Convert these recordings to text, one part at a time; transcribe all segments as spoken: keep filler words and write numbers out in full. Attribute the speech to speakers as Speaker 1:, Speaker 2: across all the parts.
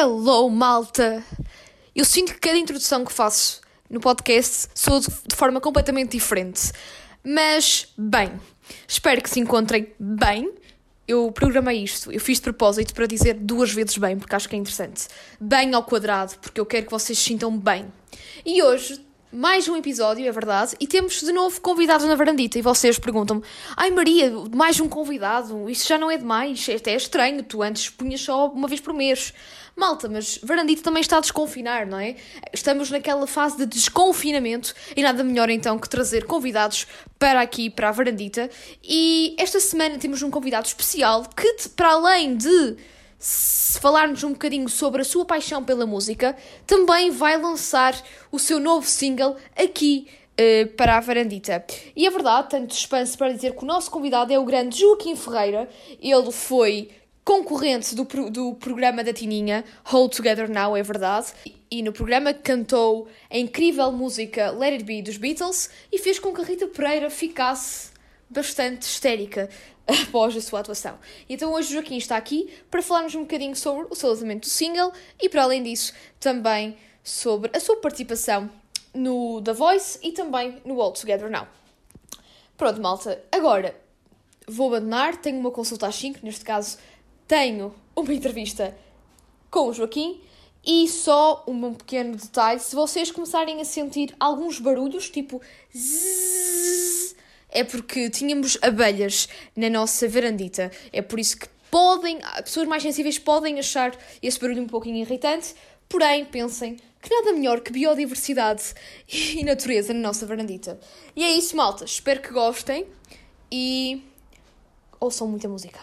Speaker 1: Hello, malta! Eu sinto que cada introdução que faço no podcast sou de, de forma completamente diferente. Mas, bem, espero que se encontrem bem. Eu programei isto, eu fiz de propósito para dizer duas vezes bem, porque acho que é interessante. Bem ao quadrado, porque eu quero que vocês se sintam bem. E hoje, mais um episódio, é verdade, e temos de novo convidados na varandita. E vocês perguntam-me, ai Maria, mais um convidado, isso já não é demais, até é estranho, tu antes punhas só uma vez por mês. Malta, mas varandita também está a desconfinar, não é? Estamos naquela fase de desconfinamento e nada melhor então que trazer convidados para aqui, para a varandita. E esta semana temos um convidado especial que, para além de falar-nos um bocadinho sobre a sua paixão pela música, também vai lançar o seu novo single aqui uh, para a varandita. E é verdade, tanto suspense para dizer que o nosso convidado é o grande Joaquim Ferreira. Ele foi concorrente do, do programa da Tininha, Hold Together Now, é verdade. E no programa cantou a incrível música Let It Be dos Beatles e fez com que a Rita Pereira ficasse bastante histérica após a sua atuação. E então hoje o Joaquim está aqui para falarmos um bocadinho sobre o seu lançamento do single e, para além disso, também sobre a sua participação no The Voice e também no All Together Now. Pronto, malta. Agora vou abandonar. Tenho uma consulta às cinco. Neste caso, tenho uma entrevista com o Joaquim. E só um pequeno detalhe. Se vocês começarem a sentir alguns barulhos, tipo zzz, é porque tínhamos abelhas na nossa varandita. É por isso que podem, pessoas mais sensíveis podem achar esse barulho um pouquinho irritante, porém pensem que nada melhor que biodiversidade e natureza na nossa varandita. E é isso, malta. Espero que gostem e ouçam muita música.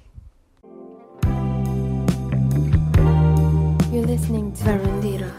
Speaker 2: You're listening to Varandita.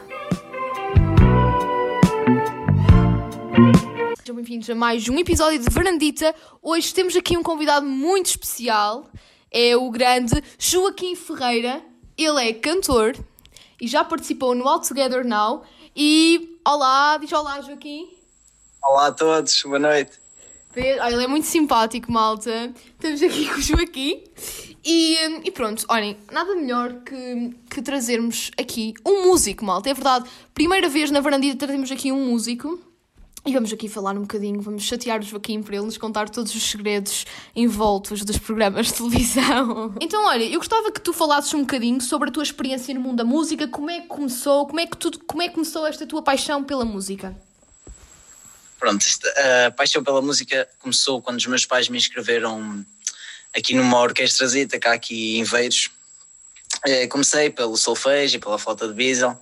Speaker 1: Sejam bem-vindos a mais um episódio de Varandita. Hoje temos aqui um convidado muito especial. É o grande Joaquim Ferreira. Ele é cantor e já participou no All Together Now. E olá, diz olá, Joaquim.
Speaker 3: Olá a todos, boa noite.
Speaker 1: Ele é muito simpático, malta. Estamos aqui com o Joaquim. E, e pronto, olhem, nada melhor que, que trazermos aqui um músico, malta. É verdade, primeira vez na Varandita trazemos aqui um músico. E vamos aqui falar um bocadinho, vamos chatear o Joaquim para ele nos contar todos os segredos envoltos dos programas de televisão. Então, olha, eu gostava que tu falasses um bocadinho sobre a tua experiência no mundo da música, como é que começou, como é que, tu, como é que começou esta tua paixão pela música?
Speaker 3: Pronto, a paixão pela música começou quando os meus pais me inscreveram aqui numa orquestrazita, cá aqui em Veiros. Comecei pelo solfejo e pela flauta de bisel.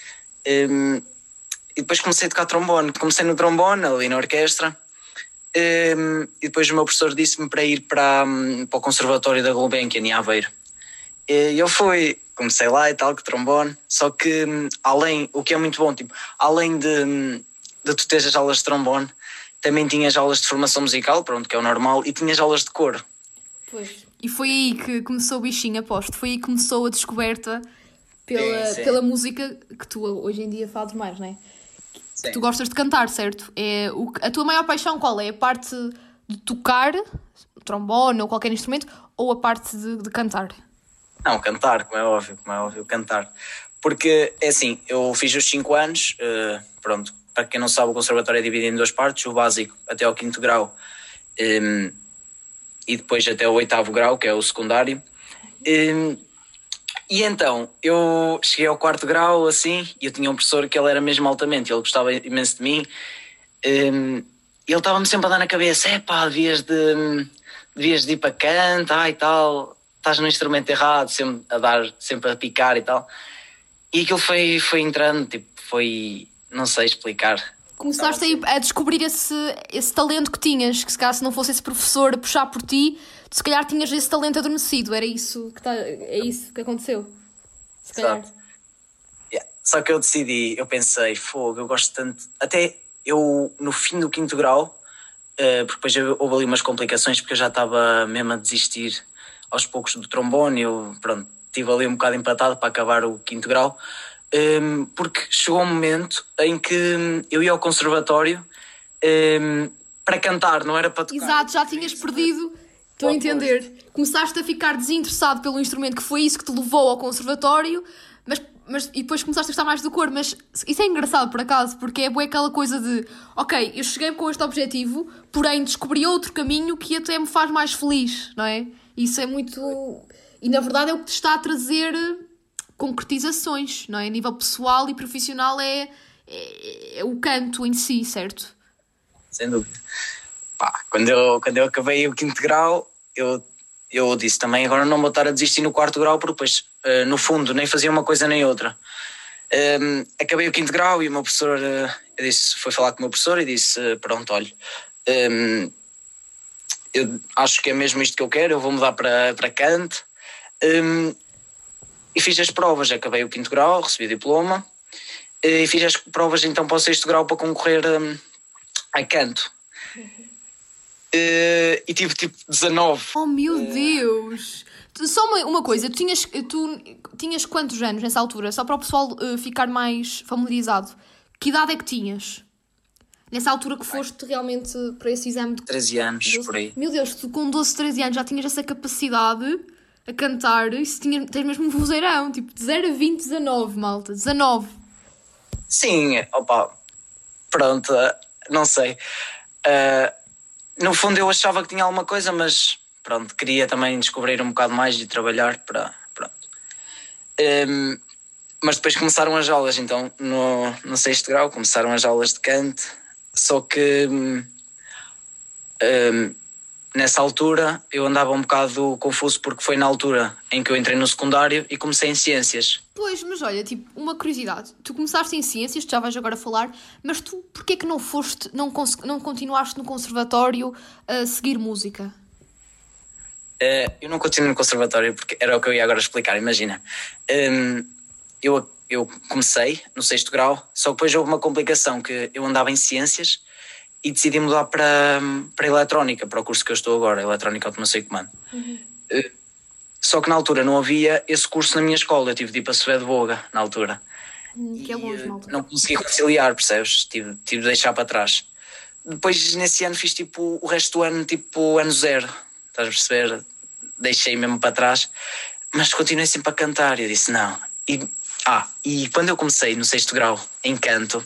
Speaker 3: E depois comecei a tocar trombone. Comecei no trombone, ali na orquestra. E depois o meu professor disse-me para ir para, para o Conservatório da Gulbenkian, em Aveiro. E eu fui, comecei lá e tal, com trombone. Só que, além, o que é muito bom, tipo, além de, de tu teres as aulas de trombone, também tinhas aulas de formação musical, pronto, que é o normal, e tinhas aulas de coro.
Speaker 1: Pois. E foi aí que começou o bichinho, aposto. Foi aí que começou a descoberta pela,
Speaker 3: sim, sim.
Speaker 1: pela música que tu hoje em dia fazes mais, não é?
Speaker 3: Sim.
Speaker 1: Tu gostas de cantar, certo? É o, a tua maior paixão qual é? A parte de tocar, trombone ou qualquer instrumento, ou a parte de, de cantar?
Speaker 3: Não, cantar, como é óbvio, como é óbvio, cantar. Porque, é assim, eu fiz os cinco anos, uh, pronto, para quem não sabe, o conservatório é dividido em duas partes, o básico até ao quinto grau, um, e depois até o oitavo grau, que é o secundário. Um, E então, eu cheguei ao quarto grau, assim, e eu tinha um professor que ele era mesmo altamente, ele gostava imenso de mim, um, e ele estava-me sempre a dar na cabeça, é pá, devias de, devias de ir para canto, ah, e tal, estás no instrumento errado, sempre a dar, sempre a picar e tal. E aquilo foi, foi entrando, tipo, foi, não sei explicar.
Speaker 1: Começaste aí a descobrir esse, esse talento que tinhas, que se calhar se não fosse esse professor a puxar por ti, se calhar tinhas esse talento adormecido, era isso que, tá, é isso que aconteceu? Se calhar.
Speaker 3: Yeah. Só que eu decidi, eu pensei, fogo, eu gosto tanto, até eu no fim do quinto grau, uh, porque depois houve ali umas complicações, porque eu já estava mesmo a desistir aos poucos do trombone, eu pronto, estive ali um bocado empatado para acabar o quinto grau, um, porque chegou um momento em que eu ia ao conservatório um, para cantar, não era para tocar.
Speaker 1: Exato, já tinhas perdido... Estou a entender. Começaste a ficar desinteressado pelo instrumento, que foi isso que te levou ao conservatório, Mas, mas, e depois começaste a gostar mais do coro, mas isso é engraçado por acaso, porque é boa aquela coisa de ok, eu cheguei com este objetivo, porém descobri outro caminho que até me faz mais feliz, não é? Isso é muito... E na verdade é o que te está a trazer concretizações, não é? A nível pessoal e profissional é, é, é o canto em si, certo?
Speaker 3: Sem dúvida. Pá, quando, eu, quando eu acabei o quinto grau, eu, eu disse também, agora não vou estar a desistir no quarto grau, porque depois, uh, no fundo, nem fazia uma coisa nem outra. Um, acabei o quinto grau e o meu professor, uh, eu disse, foi falar com o meu professor e disse, uh, pronto, olha, um, eu acho que é mesmo isto que eu quero, eu vou mudar para, para canto. Um, e fiz as provas, acabei o quinto grau, recebi o diploma, e fiz as provas então para o sexto grau para concorrer um, a canto. Uh, e tive tipo dezanove.
Speaker 1: Oh meu uh... Deus! Só uma, uma coisa, tu tinhas, tu tinhas quantos anos nessa altura? Só para o pessoal uh, ficar mais familiarizado. Que idade é que tinhas? Nessa altura que foste realmente para esse exame de...
Speaker 3: treze anos, doze... por aí.
Speaker 1: Meu Deus, tu com doze, treze anos já tinhas essa capacidade a cantar, isso tinha, tens mesmo um vozeirão, tipo de zero a vinte, dezanove, malta, dezanove.
Speaker 3: Sim, opa, pronto, não sei. Uh, no fundo eu achava que tinha alguma coisa, mas pronto, queria também descobrir um bocado mais e trabalhar para, pronto. Um, mas depois começaram as aulas, então no, no sexto grau começaram as aulas de canto, só que um, nessa altura eu andava um bocado confuso porque foi na altura em que eu entrei no secundário e comecei em ciências.
Speaker 1: Pois, mas olha, tipo, uma curiosidade. Tu começaste em ciências, tu já vais agora falar, mas tu porquê que não foste, não, cons- não continuaste no conservatório a seguir música?
Speaker 3: Uh, eu não continuei no conservatório porque era o que eu ia agora explicar, imagina. Um, eu, eu comecei no sexto grau, só que depois houve uma complicação que eu andava em ciências e decidi mudar para, para a eletrónica, para o curso que eu estou agora, eletrónica automação e comando. Uhum. Uh, só que na altura não havia esse curso na minha escola, eu tive de ir para Soé de Boga na altura.
Speaker 1: Hum, que é longe,
Speaker 3: e,
Speaker 1: malta.
Speaker 3: Não consegui conciliar, percebes? Tive, tive de deixar para trás. Depois nesse ano fiz tipo o resto do ano, tipo ano zero, estás a perceber? Deixei mesmo para trás, mas continuei sempre a cantar e eu disse não. E, ah, e quando eu comecei no sexto grau em canto,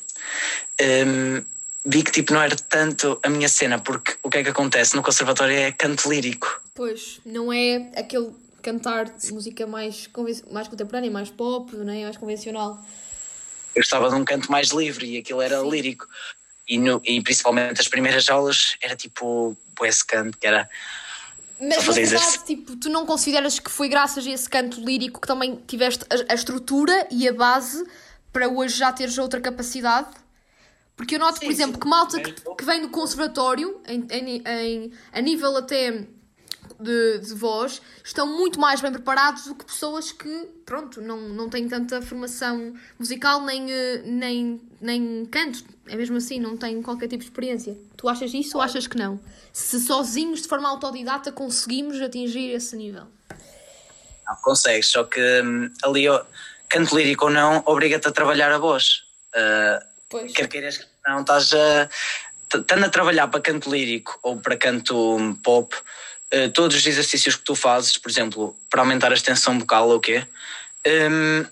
Speaker 3: um, vi que tipo não era tanto a minha cena, porque o que é que acontece no conservatório é canto lírico.
Speaker 1: Pois, não é aquele cantar de música mais, conven- mais contemporânea, mais pop, não é? Mais convencional.
Speaker 3: Eu estava de um canto mais livre e aquilo era Sim. lírico. E, no, e principalmente as primeiras aulas era tipo esse canto que era...
Speaker 1: Mas na verdade, tipo, tu não consideras que foi graças a esse canto lírico que também tiveste a, a estrutura e a base para hoje já teres outra capacidade? Porque eu noto, sim, por exemplo, sim. que malta que, que vem do conservatório, em, em, em, a nível até de, de voz, estão muito mais bem preparados do que pessoas que, pronto, não, não têm tanta formação musical nem, nem, nem canto. É mesmo assim, não têm qualquer tipo de experiência. Tu achas isso ou achas que não? Se sozinhos, de forma autodidata, conseguimos atingir esse nível?
Speaker 3: Não, consegues, só que hum, ali, ó, canto lírico ou não, obriga-te a trabalhar a voz. Uh,
Speaker 1: Pois.
Speaker 3: Quer queiras que não, estás a... Estando a trabalhar para canto lírico ou para canto pop, uh, todos os exercícios que tu fazes, por exemplo, para aumentar a extensão vocal ou o quê, um,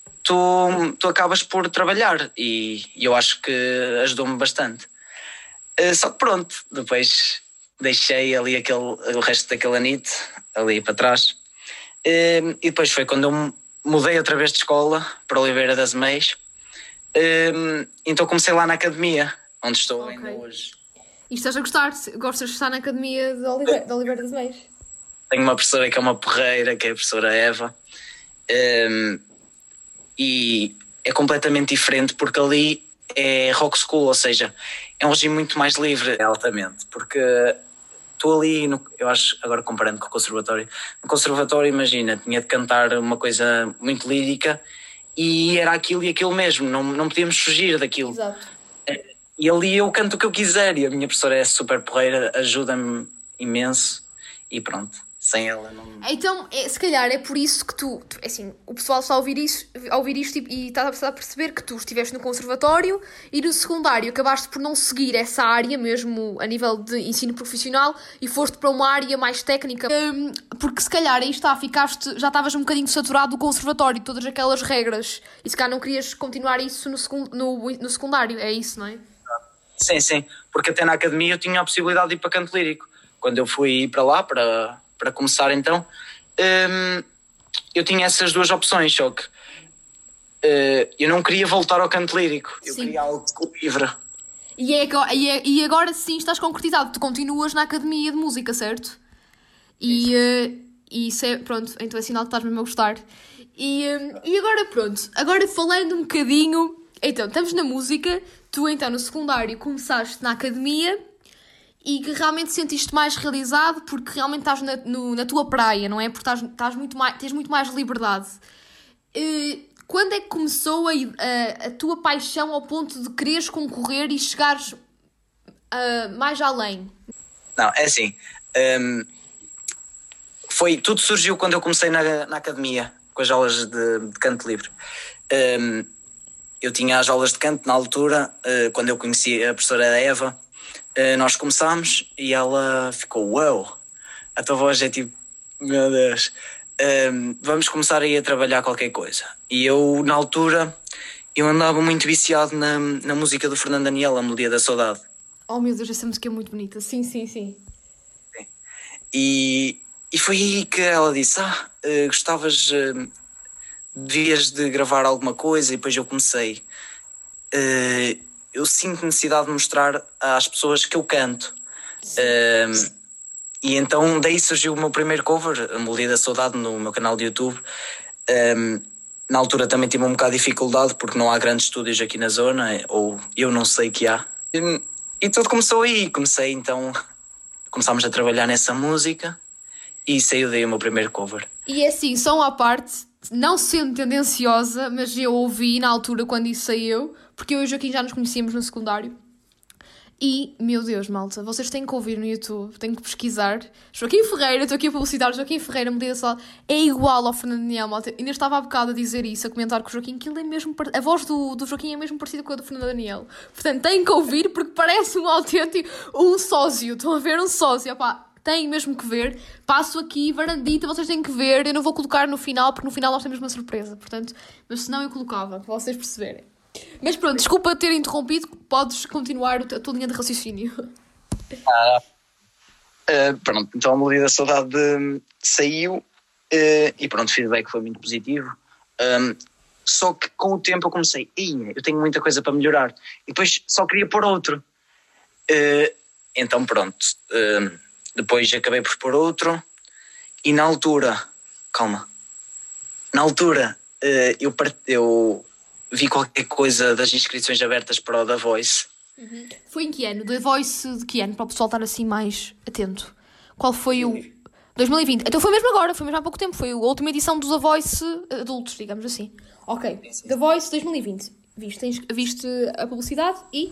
Speaker 3: tu, tu acabas por trabalhar e, e eu acho que ajudou-me bastante. Uh, só que pronto, depois deixei ali aquele, o resto daquele anito ali para trás. Uh, e depois foi quando eu mudei outra vez de escola para Oliveira das Meias. Um, então comecei lá na academia, onde estou okay. ainda hoje.
Speaker 1: E estás a gostar? Gostas de estar na academia de Oliveira, de Oliveira das Meias?
Speaker 3: Tenho uma professora que é uma porreira, que é a professora Eva. Um, e é completamente diferente porque ali é rock school, ou seja, é um regime muito mais livre, altamente, porque tu ali, no, eu acho, agora comparando com o conservatório, no conservatório, imagina, tinha de cantar uma coisa muito lírica e era aquilo e aquilo mesmo, não, não podíamos fugir daquilo.
Speaker 1: Exato.
Speaker 3: E ali eu canto o que eu quiser e a minha professora é super porreira, ajuda-me imenso e pronto, Sem ela não...
Speaker 1: Então, é, se calhar é por isso que tu, tu assim, o pessoal está a ouvir, isso, a ouvir isto e, e está a perceber que tu estiveste no conservatório e no secundário acabaste por não seguir essa área mesmo a nível de ensino profissional e foste para uma área mais técnica. Hum, porque se calhar aí está, ficaste, já estavas um bocadinho saturado do conservatório, todas aquelas regras, e se calhar não querias continuar isso no, secund, no, no secundário, é isso, não é?
Speaker 3: Sim, sim, porque até na academia eu tinha a possibilidade de ir para canto lírico. Quando eu fui para lá, para... para começar então, hum, eu tinha essas duas opções, só que uh, eu não queria voltar ao canto lírico, eu
Speaker 1: sim.
Speaker 3: queria algo livre.
Speaker 1: E, é, e, é, e agora sim estás concretizado, tu continuas na academia de música, certo? E, uh, e isso é, pronto, então é sinal que estás mesmo a gostar. E, uh, e agora pronto, agora falando um bocadinho, então estamos na música, tu então no secundário começaste na academia, e que realmente sentiste mais realizado porque realmente estás na, no, na tua praia, não é? Porque estás, estás muito mais, tens muito mais liberdade. Uh, quando é que começou a, a, a tua paixão ao ponto de quereres concorrer e chegares uh, mais além?
Speaker 3: Não, é assim, um, foi, tudo surgiu quando eu comecei na, na academia, com as aulas de, de canto livre. Um, eu tinha as aulas de canto na altura, uh, quando eu conheci a professora Eva. Uh, nós começámos e ela ficou, uau, a tua voz é tipo, meu Deus, um, vamos começar aí a trabalhar qualquer coisa. E eu, na altura, eu andava muito viciado na, na música do Fernando Daniel, A Melodia da Saudade.
Speaker 1: Oh meu Deus, essa música é muito bonita, sim, sim, sim.
Speaker 3: sim. E, e foi aí que ela disse, ah, uh, gostavas, uh, devias de gravar alguma coisa, e depois eu comecei. Uh, eu sinto necessidade de mostrar às pessoas que eu canto. Um, e então daí surgiu o meu primeiro cover, A Melodia da Saudade, no meu canal de YouTube. Um, na altura também tive um bocado de dificuldade porque não há grandes estúdios aqui na zona, ou eu não sei que há. E, e tudo começou aí. Comecei então, começámos a trabalhar nessa música e saiu daí o meu primeiro cover.
Speaker 1: E é assim, só uma parte, não sendo tendenciosa, mas eu ouvi na altura quando isso saiu, porque eu e o Joaquim já nos conhecíamos no secundário. E, meu Deus, malta, vocês têm que ouvir no YouTube, têm que pesquisar. Joaquim Ferreira, estou aqui a publicitar, Joaquim Ferreira, Melodia da Saudade, é igual ao Fernando Daniel, malta. Ainda estava há bocado a dizer isso, a comentar com o Joaquim, que ele é mesmo, a voz do, do Joaquim é mesmo parecida com a do Fernando Daniel. Portanto, têm que ouvir, porque parece um autêntico, um sósio. Estão a ver um sósio, opá. Têm mesmo que ver. Passo aqui, varandita, vocês têm que ver. Eu não vou colocar no final, porque no final nós temos uma surpresa. Portanto, mas senão eu colocava, para vocês perceberem. Mas pronto, desculpa ter interrompido, podes continuar a tua linha de raciocínio.
Speaker 3: Ah, uh, pronto, então a Melodia da Saudade um, saiu uh, e pronto, o feedback foi muito positivo. Um, só que com o tempo eu comecei, eu tenho muita coisa para melhorar. E depois só queria pôr outro. Uh, então pronto, uh, depois acabei por pôr outro e na altura, calma, na altura uh, eu, part, eu vi qualquer coisa das inscrições abertas para o The Voice.
Speaker 1: Uhum. Foi em que ano? The Voice de que ano? Para o pessoal estar assim mais atento. Qual foi o... dois mil e vinte. Então foi mesmo agora, foi mesmo há pouco tempo. Foi a última edição do The Voice adultos, digamos assim. Ok, The Voice dois mil e vinte. Viste, viste a publicidade e...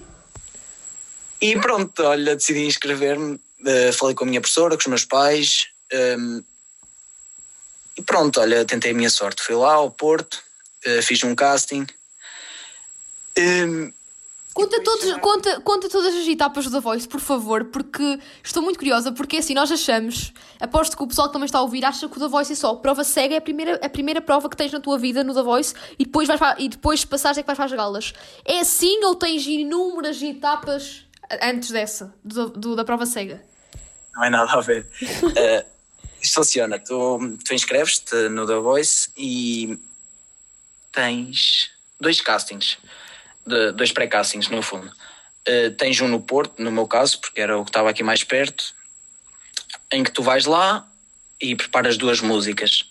Speaker 3: E pronto, olha, decidi inscrever-me. Uh, falei com a minha professora, com os meus pais. Um, e pronto, olha, tentei a minha sorte. Fui lá ao Porto, uh, fiz um casting. Um,
Speaker 1: Conta, todos, conta, conta todas as etapas do The Voice, por favor, porque estou muito curiosa, porque assim, nós achamos, aposto que o pessoal que também está a ouvir acha que o The Voice é só prova cega, é a primeira, a primeira prova que tens na tua vida no The Voice e depois, vais para, e depois se passares é que vais para as galas. É assim ou tens inúmeras etapas antes dessa, do, do, da prova cega?
Speaker 3: Não é nada a ver. uh, isto funciona, tu, tu inscreves-te no The Voice e tens dois castings. De, dois pré-castings no fundo. Uh, tens um no Porto, no meu caso, porque era o que estava aqui mais perto, em que tu vais lá e preparas duas músicas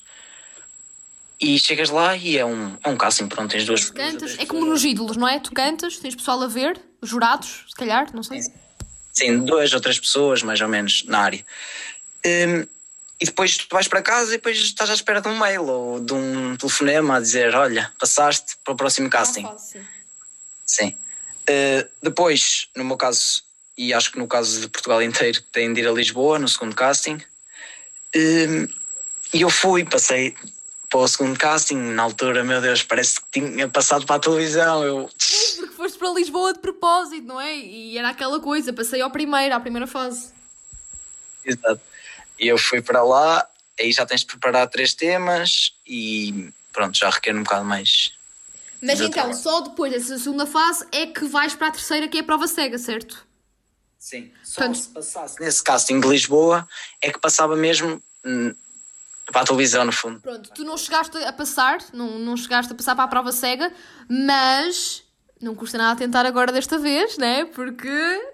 Speaker 3: e chegas lá e é um, é um casting, pronto, tens duas...
Speaker 1: Cantas, é como nos ídolos, não é? Tu cantas, tens pessoal a ver, jurados, se calhar, não sei.
Speaker 3: Sim, duas ou três pessoas mais ou menos na área. Um, e depois tu vais para casa e depois estás à espera de um mail ou de um telefonema a dizer, olha, passaste para o próximo casting. Ah, sim. Sim. Uh, depois, no meu caso, e acho que no caso de Portugal inteiro, têm de ir a Lisboa, no segundo casting. Um, e eu fui, passei para o segundo casting. Na altura, meu Deus, parece que tinha passado para a televisão. Eu...
Speaker 1: Porque foste para Lisboa de propósito, não é? E era aquela coisa, passei ao primeiro, à primeira fase.
Speaker 3: Exato. E eu fui para lá, aí já tens de preparar três temas e pronto, já requer um bocado mais.
Speaker 1: Mas então, só depois dessa segunda fase é que vais para a terceira, que é a prova cega, certo?
Speaker 3: Sim, só
Speaker 1: Portanto,
Speaker 3: se passasse nesse casting de Lisboa é que passava mesmo hum, para a televisão, no fundo.
Speaker 1: Pronto, tu não chegaste a passar, não, não chegaste a passar para a prova cega, mas não custa nada tentar agora desta vez, né? Porque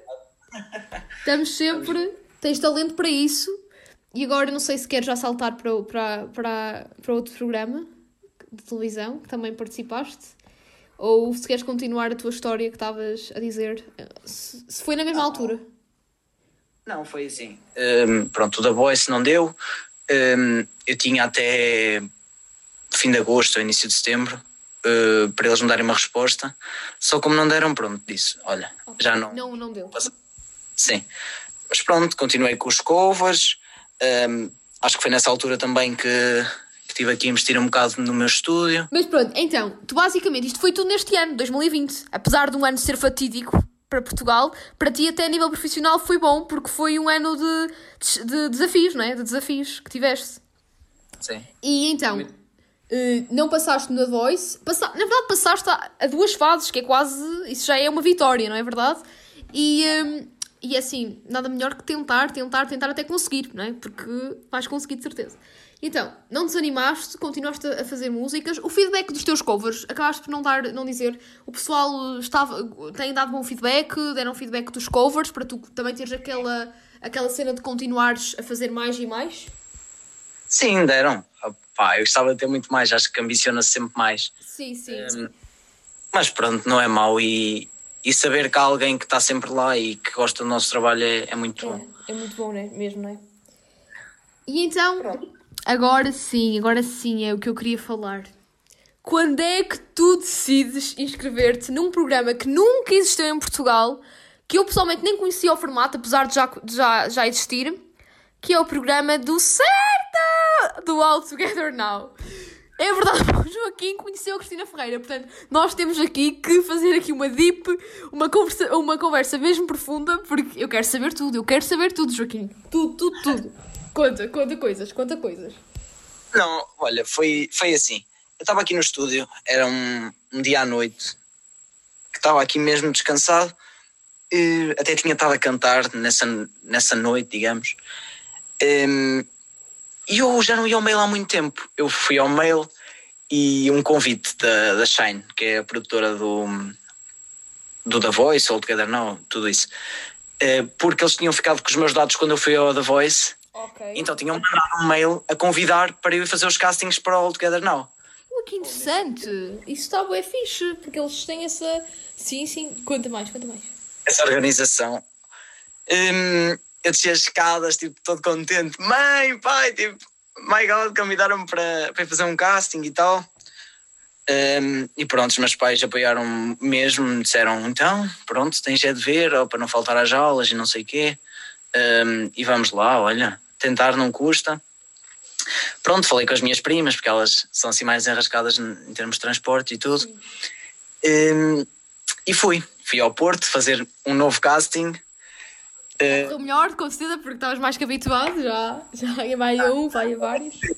Speaker 1: estamos sempre, tens talento para isso. E agora não sei se queres já saltar para, para, para, para outro programa de televisão, que também participaste, ou se queres continuar a tua história que estavas a dizer, se, se foi na mesma
Speaker 3: não.
Speaker 1: altura.
Speaker 3: Não, foi assim. Um, pronto, o The Voice não deu. Um, eu tinha até fim de agosto ou início de setembro uh, para eles me darem uma resposta. Só como não deram, pronto, disse, olha, okay. já não...
Speaker 1: Não, não deu.
Speaker 3: Sim. Mas pronto, continuei com os covers. Um, acho que foi nessa altura também que, que estive aqui a investir um bocado no meu estúdio.
Speaker 1: Mas pronto, então, tu basicamente, isto foi tudo neste ano, dois mil e vinte. Apesar de um ano ser fatídico para Portugal, para ti até a nível profissional foi bom, porque foi um ano de, de desafios, não é? De desafios que tiveste.
Speaker 3: Sim.
Speaker 1: E então, uh, não passaste no The Voice, passa, na verdade passaste a, a duas fases, que é quase, isso já é uma vitória, não é verdade? E, um, e assim, nada melhor que tentar, tentar, tentar até conseguir, não é? Porque vais conseguir de certeza. Então, não desanimaste, continuaste a fazer músicas. O feedback dos teus covers, acabaste por não, dar, não dizer, o pessoal estava, tem dado bom feedback, deram feedback dos covers, para tu também teres aquela, aquela cena de continuares a fazer mais e mais?
Speaker 3: Sim, deram. Pá, eu gostava de ter muito mais, acho que ambiciona-se sempre mais.
Speaker 1: Sim, sim.
Speaker 3: Um, mas pronto, não é mau e, e saber que há alguém que está sempre lá e que gosta do nosso trabalho é, é muito
Speaker 1: é,
Speaker 3: bom.
Speaker 1: É muito bom, né? Mesmo, não é? E então... Pronto. Agora sim, agora sim é o que eu queria falar. Quando é que tu decides inscrever-te num programa que nunca existiu em Portugal, que eu pessoalmente nem conhecia o formato, apesar de já, de já, já existir, que é o programa do certo do All Together Now. É verdade, o Joaquim conheceu a Cristina Ferreira, portanto, nós temos aqui que fazer aqui uma deep, uma conversa, uma conversa mesmo profunda, porque eu quero saber tudo, eu quero saber tudo, Joaquim. Tudo, tudo, tudo. Conta, conta coisas, conta coisas.
Speaker 3: Não, olha, foi, foi assim. Eu estava aqui no estúdio, era um, um dia à noite, que estava aqui mesmo descansado, e até tinha estado a cantar nessa, nessa noite, digamos. Um, e eu já não ia ao mail há muito tempo. Eu fui ao mail e um convite da, da Shine, que é a produtora do, do The Voice, All Together Now, tudo isso. Uh, porque eles tinham ficado com os meus dados quando eu fui ao The Voice.
Speaker 1: Okay.
Speaker 3: Então tinham mandado um mail a convidar para eu ir fazer os castings para o All Together Now.
Speaker 1: Oh, que interessante! Isso está bem fixe, porque eles têm essa... Sim, sim. Conta mais, conta mais.
Speaker 3: Essa organização. Um, eu desci as escadas, tipo, todo contente. Mãe, pai, tipo, my God, convidaram-me para, para ir fazer um casting e tal. Um, e pronto, os meus pais apoiaram mesmo, me disseram, então, pronto, tens é de ver, ou para não faltar às aulas e não sei o quê. Um, e vamos lá, olha, tentar não custa. Pronto, falei com as minhas primas, porque elas são assim mais enrascadas em termos de transporte e tudo. Um, e fui, fui ao Porto fazer um novo casting.
Speaker 1: Correu uh, melhor, com certeza, porque estavas mais que habituado, já, já vai a um, vai a vários.
Speaker 3: uh,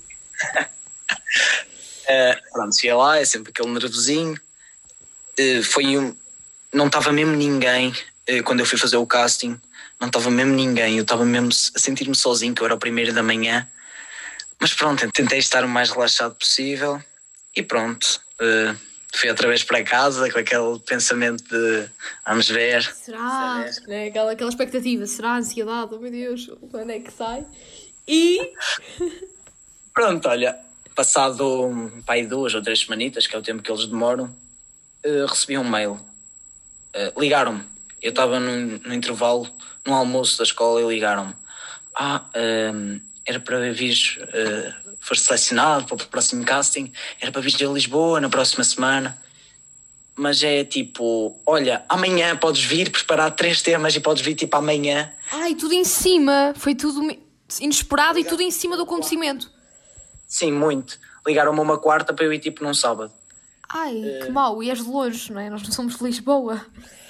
Speaker 3: pronto, cheguei lá, é sempre aquele nervosinho. Uh, foi um, não estava mesmo ninguém uh, quando eu fui fazer o casting. Não estava mesmo ninguém, eu estava mesmo a sentir-me sozinho, que eu era o primeiro da manhã. Mas pronto, tentei estar o mais relaxado possível e pronto. Uh, fui outra vez para casa com aquele pensamento de vamos ver.
Speaker 1: Será? É, aquela, aquela expectativa, será? Ansiedade, oh meu Deus, quando é que sai? E...
Speaker 3: Pronto, olha, passado um, pá, duas ou três semanitas, que é o tempo que eles demoram, uh, recebi um mail. Uh, ligaram-me. Eu estava no, no intervalo, no almoço da escola, e ligaram-me. Ah, um, era para vir, uh, foste selecionado para o próximo casting, era para vir de Lisboa na próxima semana. Mas é tipo, olha, amanhã podes vir preparar três temas e podes vir tipo amanhã.
Speaker 1: Ai, tudo em cima, foi tudo... inesperado e tudo em cima do acontecimento.
Speaker 3: Sim, muito. Ligaram-me uma quarta para eu ir tipo num sábado.
Speaker 1: Ai, que mau, e és de longe, não é? Nós não somos de Lisboa.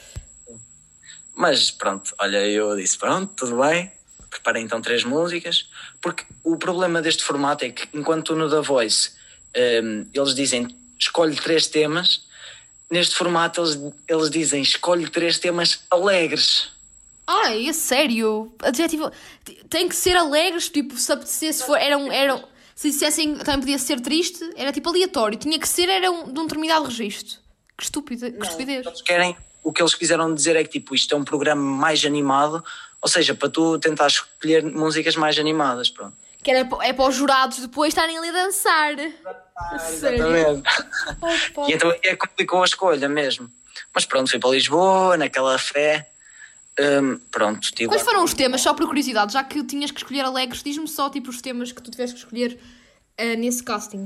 Speaker 3: Mas pronto, olha, eu disse, pronto, tudo bem. Preparei então três músicas. Porque o problema deste formato é que enquanto tu no The Voice um, eles dizem, escolhe três temas, neste formato eles, eles dizem, escolhe três temas alegres.
Speaker 1: Ai, é sério? Adjetivo... Tem que ser alegres, tipo, se apetecesse, for, eram, eram, se dissessem também podia ser triste, era tipo aleatório. Tinha que ser, era um, de um determinado registro. Que estúpido, que estupidez.
Speaker 3: Eles querem, o que eles quiseram dizer é que tipo, isto é um programa mais animado, ou seja, para tu tentar escolher músicas mais animadas, pronto.
Speaker 1: Que era, é para os jurados depois estarem ali a dançar.
Speaker 3: Ah, exatamente.
Speaker 1: Opa.
Speaker 3: E então é complicou a escolha mesmo. Mas pronto, fui para Lisboa, naquela fé. Um, pronto, tive
Speaker 1: Quais foram os temas, só por curiosidade, já que tinhas que escolher alegres, diz-me só tipo os temas que tu tiveste que escolher uh, nesse casting.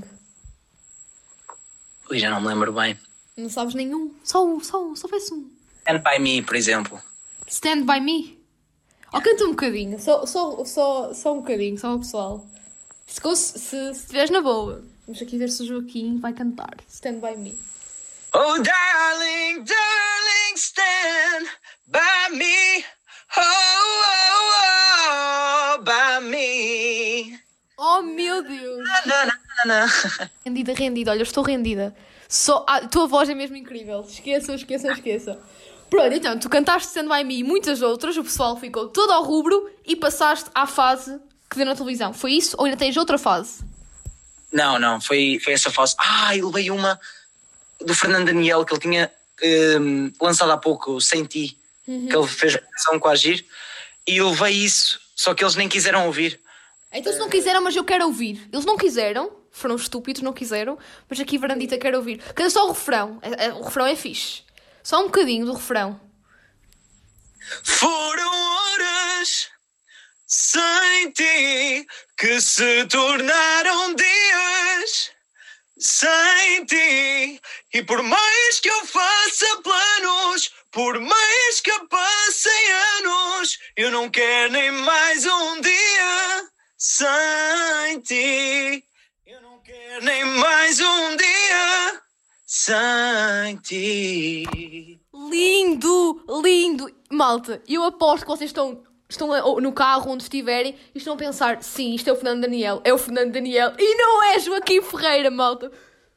Speaker 3: Ui, já não me lembro bem.
Speaker 1: Não sabes nenhum? Só um, só um, só fez um.
Speaker 3: Stand By Me, por exemplo.
Speaker 1: Stand By Me? Oh, canta um bocadinho, só, só, só, só um bocadinho, só o pessoal. Se estiveres na boa, vamos aqui ver se o Joaquim vai cantar. Stand By Me.
Speaker 3: Oh, darling, darling, stand by me. Oh, oh, oh, by me.
Speaker 1: Oh, meu Deus.
Speaker 3: Na, na, na, na.
Speaker 1: Rendida, rendida, olha, eu estou rendida. Só, ah, a tua voz é mesmo incrível. Esqueçam, esqueçam, esqueçam. Pronto, então, tu cantaste Stand By Me e muitas outras, o pessoal ficou todo ao rubro e passaste à fase que deu na televisão. Foi isso ou ainda tens outra fase?
Speaker 3: Não, não, foi, foi essa fase. Ah, eu levei uma do Fernando Daniel que ele tinha um, lançado há pouco, Sem Ti, uhum. Que ele fez uma canção com a Agir, e eu levei isso, só que eles nem quiseram ouvir.
Speaker 1: Então se não quiseram, mas eu quero ouvir. Eles não quiseram, foram estúpidos, não quiseram, mas aqui Varandita quer ouvir. Canta só o refrão, o refrão é fixe. Só um bocadinho do refrão.
Speaker 3: Foram horas sem ti que se tornaram dias sem ti, e por mais que eu faça planos, por mais que passem anos, eu não quero nem mais um dia sem ti. Eu não quero nem mais um dia sem ti.
Speaker 1: Lindo, lindo. Malta, eu aposto que vocês estão, estão no carro onde estiverem e estão a pensar, sim, isto é o Fernando Daniel, é o Fernando Daniel e não é Joaquim Ferreira, malta.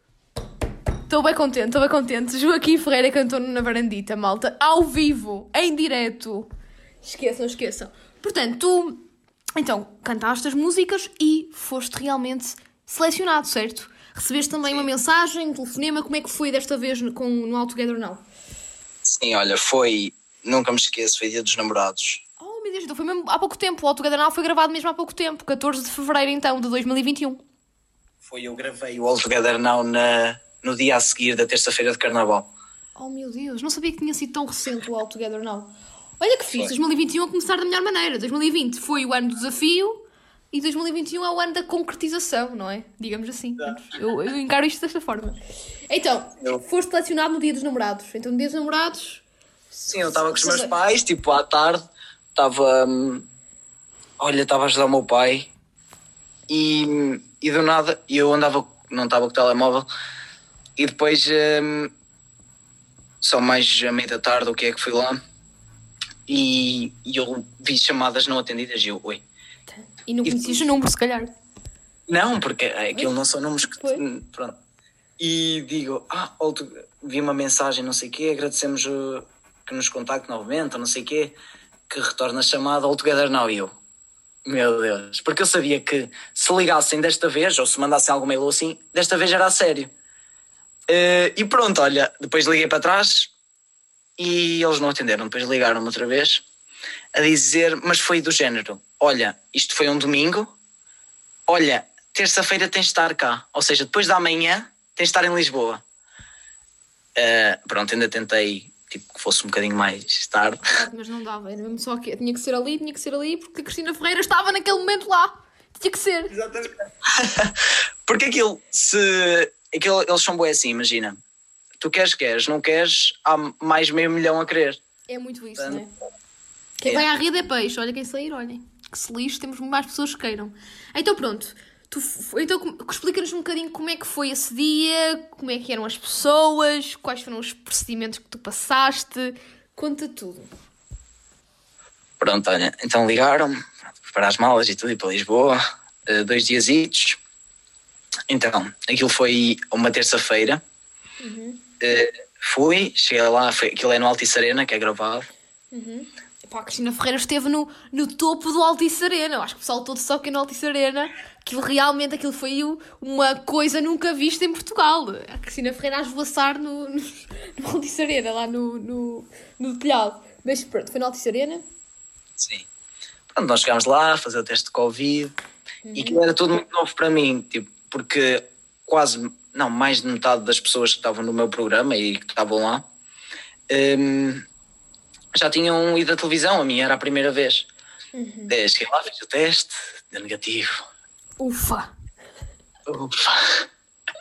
Speaker 1: Estou bem contente, estou bem contente. Joaquim Ferreira cantou na Varandita, malta, ao vivo, em direto. Esqueçam, esqueçam. Portanto, tu, então, cantaste as músicas e foste realmente selecionado, certo? Recebeste também uma mensagem, um telefonema, como é que foi desta vez com, no All Together Now?
Speaker 3: Sim, olha, foi, nunca me esqueço, foi Dia dos Namorados.
Speaker 1: Oh, meu Deus, então foi mesmo há pouco tempo. O All Together Now foi gravado mesmo há pouco tempo, catorze de fevereiro então, de dois mil e vinte e um.
Speaker 3: Foi, eu gravei o All Together Now na, no dia a seguir da terça-feira de Carnaval.
Speaker 1: Oh, meu Deus, não sabia que tinha sido tão recente o All Together Now. Olha que fixe, dois mil e vinte e um a começar da melhor maneira. dois mil e vinte foi o ano do desafio e dois mil e vinte e um é o ano da concretização, não é? Digamos assim. Eu, eu encaro isto desta forma. Então, eu... foste selecionado no Dia dos Namorados. Então, no Dia dos Namorados...
Speaker 3: Sim, eu estava com os meus pais, tipo, à tarde. Estava... Hum, olha, estava a ajudar o meu pai. E, e do nada, eu andava... Não estava com o telemóvel. E depois... Hum, só mais a meia da tarde, o que é que fui lá. E, e eu vi chamadas não atendidas e eu, oi.
Speaker 1: E não conhecias o número, se calhar?
Speaker 3: Não, porque aquilo não são números que... Foi? Pronto. E digo, ah, vi uma mensagem, não sei o quê, agradecemos uh, que nos contacte novamente, ou não sei o quê, que retorna a chamada All Together Now. E eu, meu Deus, porque eu sabia que se ligassem desta vez, ou se mandassem algum mail ou assim, desta vez era a sério. Uh, e pronto, olha, depois liguei para trás e eles não atenderam, depois ligaram-me outra vez a dizer, mas foi do género, olha, isto foi um domingo, olha, terça-feira tens de estar cá, ou seja, depois da manhã tens de estar em Lisboa. Uh, pronto, ainda tentei tipo, que fosse um bocadinho mais tarde.
Speaker 1: Mas não dava, era mesmo só que tinha que ser ali, tinha que ser ali, porque a Cristina Ferreira estava naquele momento lá. Tinha que ser.
Speaker 3: Exatamente. Porque aquilo, se... Aquilo, eles são bué assim, imagina. Tu queres, queres, não queres, há mais meio milhão a querer.
Speaker 1: É muito isso, não é? Quem é. vai à rede é peixe, olha quem sair, olhem. que se lixe, temos mais pessoas que queiram. Então pronto, tu, então explica-nos um bocadinho como é que foi esse dia, como é que eram as pessoas, quais foram os procedimentos que tu passaste, conta tudo.
Speaker 3: Pronto, olha, então ligaram-me para as malas e tudo, ir para Lisboa, dois diasitos. Então, aquilo foi uma terça-feira. Uhum. Fui, cheguei lá, foi, aquilo é no Altice Arena, que é gravado.
Speaker 1: Uhum. Epá, a Cristina Ferreira esteve no, no topo do Altice Arena. Eu acho que o pessoal todo sabe que é no Altice Arena. Aquilo realmente, aquilo foi uma coisa nunca vista em Portugal. A Cristina Ferreira a esvoaçar no, no, no Altice Arena, lá no, no, no telhado. Mas pronto, foi no Altice Arena?
Speaker 3: Sim. Pronto, nós chegámos lá a fazer o teste de Covid. Uhum. E aquilo era tudo muito novo para mim, tipo, porque quase, não, mais de metade das pessoas que estavam no meu programa e que estavam lá um, já tinham ido à televisão. A minha era a primeira vez. Uhum. Cheguei lá, fiz o teste, deu negativo.
Speaker 1: Ufa!
Speaker 3: Ufa!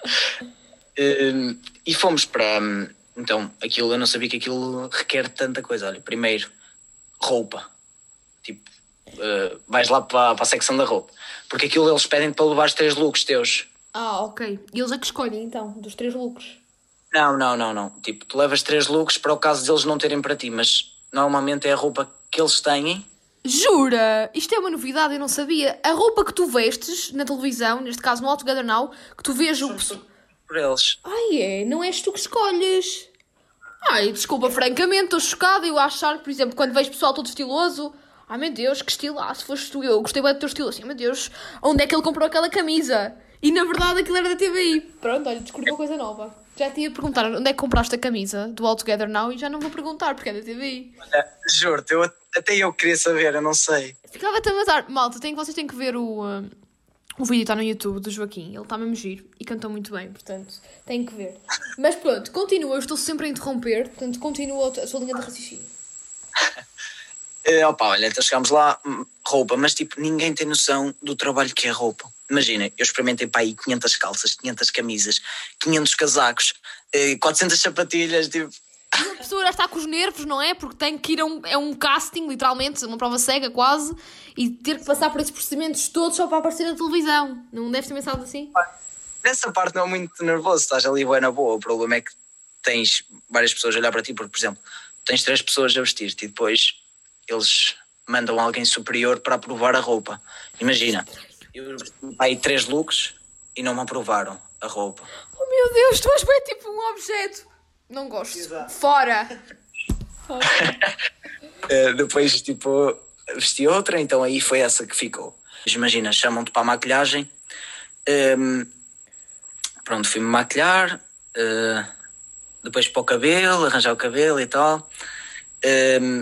Speaker 3: um, e fomos para... Então, aquilo, eu não sabia que aquilo requer tanta coisa. Olha, primeiro, roupa. Tipo, uh, vais lá para, para a secção da roupa. Porque aquilo eles pedem para levar os três looks teus.
Speaker 1: Ah, ok. E eles é que escolhem, então, dos três looks?
Speaker 3: Não, não, não, não. Tipo, tu levas três looks para o caso deles não terem para ti, mas normalmente é a roupa que eles têm.
Speaker 1: Jura? Isto é uma novidade, eu não sabia. A roupa que tu vestes na televisão, neste caso no All Together Now, que tu vês o...
Speaker 3: Por eles.
Speaker 1: Ai é? Não és tu que escolhes? Ai, desculpa, francamente, estou chocada. Eu a achar que, por exemplo, quando vejo pessoal todo estiloso... Ai meu Deus, que estilaço, foste tu. Eu gostei bem do teu estilo. Assim, meu Deus, onde é que ele comprou aquela camisa? E na verdade aquilo era da T V I. Pronto, olha, descobri uma coisa nova. Já te ia perguntar onde é que compraste a camisa do All Together Now e já não vou perguntar porque é da T V I.
Speaker 3: Olha, juro-te, eu, até eu queria saber, eu não sei.
Speaker 1: Ficava-te a matar. Malta, tem, vocês têm que ver o, uh, o vídeo, está no YouTube do Joaquim. Ele está mesmo giro e cantou muito bem, portanto, têm que ver. Mas pronto, continua, eu estou sempre a interromper, portanto, continua a sua linha de raciocínio.
Speaker 3: Uh, opa, olha, então chegámos lá, roupa, mas tipo, ninguém tem noção do trabalho que é roupa. Imagina, eu experimentei para aí quinhentas calças, quinhentas camisas, quinhentos casacos, uh, quatrocentas sapatilhas, tipo...
Speaker 1: E a pessoa já está com os nervos, não é? Porque tem que ir a um, é um casting, literalmente, uma prova cega quase, e ter que passar por esses procedimentos todos só para aparecer na televisão. Não deve ter pensado assim?
Speaker 3: Nessa parte não é muito nervoso, estás ali bem na boa. O problema é que tens várias pessoas a olhar para ti, porque, por exemplo, tens três pessoas a vestir-te e depois... eles mandam alguém superior para aprovar a roupa. Imagina, eu aí três looks e não me aprovaram a roupa.
Speaker 1: Oh meu Deus, tu és bem tipo um objeto. Não gosto. Exato. Fora. Fora.
Speaker 3: uh, depois, tipo, vesti outra, então aí foi essa que ficou. Mas imagina, chamam-te para a maquilhagem. Um, pronto, fui-me maquilhar. Uh, depois para o cabelo, arranjar o cabelo e tal. Um,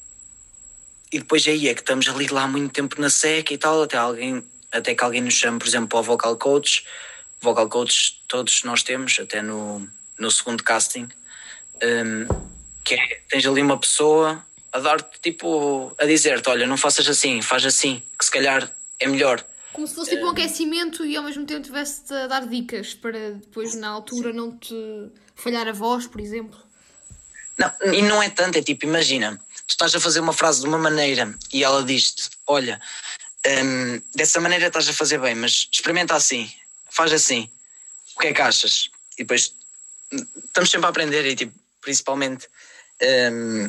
Speaker 3: E depois aí é que estamos ali lá muito tempo na seca e tal, até, alguém, até que alguém nos chame, por exemplo, para o vocal coach. Vocal coach todos nós temos, até no, no segundo casting. Um, que é, tens ali uma pessoa a dar-te, tipo, a dizer-te, olha, não faças assim, faz assim, que se calhar é melhor.
Speaker 1: Como se fosse tipo um aquecimento e ao mesmo tempo tivesse-te a dar dicas para depois na altura não te falhar a voz, por exemplo.
Speaker 3: Não, e não é tanto, é tipo, imagina... tu estás a fazer uma frase de uma maneira e ela diz-te, olha, hum, dessa maneira estás a fazer bem, mas experimenta assim, faz assim, o que é que achas? E depois estamos sempre a aprender e tipo, principalmente hum,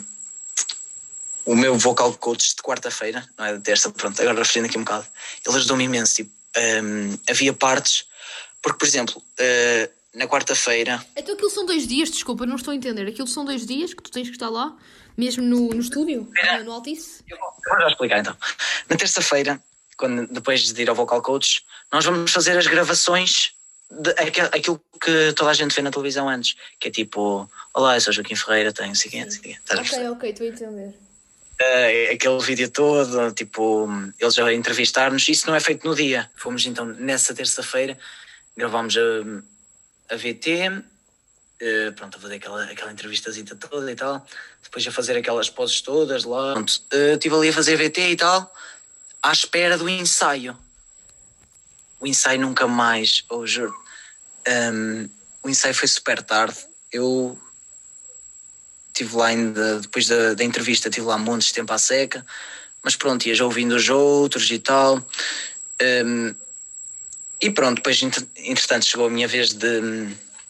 Speaker 3: o meu vocal coach de quarta-feira, não é de terça, pronto, agora referindo aqui um bocado, ele ajudou-me imenso, tipo, hum, havia partes, porque por exemplo, uh, na quarta-feira...
Speaker 1: Então aquilo são dois dias, desculpa, não estou a entender, aquilo são dois dias que tu tens que estar lá? Mesmo no, no estúdio? No Altice?
Speaker 3: Eu vou, eu vou já explicar então. Na terça-feira, quando, depois de ir ao vocal coach, nós vamos fazer as gravações de aqu- aquilo que toda a gente vê na televisão antes, que é tipo, olá, eu sou Joaquim Ferreira, tenho não sei quê, não sei quê.
Speaker 1: Ok, ok, estou a entender.
Speaker 3: Uh, aquele vídeo todo, tipo, eles a entrevistar-nos, isso não é feito no dia. Fomos então nessa terça-feira, gravámos a, a V T, uh, pronto, a fazer aquela, aquela entrevistazita toda e tal, depois a fazer aquelas poses todas lá. Pronto, uh, estive ali a fazer V T e tal, à espera do ensaio. O ensaio nunca mais, oh, juro. Um, o ensaio foi super tarde. Eu estive lá ainda, depois da, da entrevista, estive lá montes de tempo à seca. mas pronto, ia já ouvindo os outros e tal. Um, e pronto, depois entretanto chegou a minha vez de,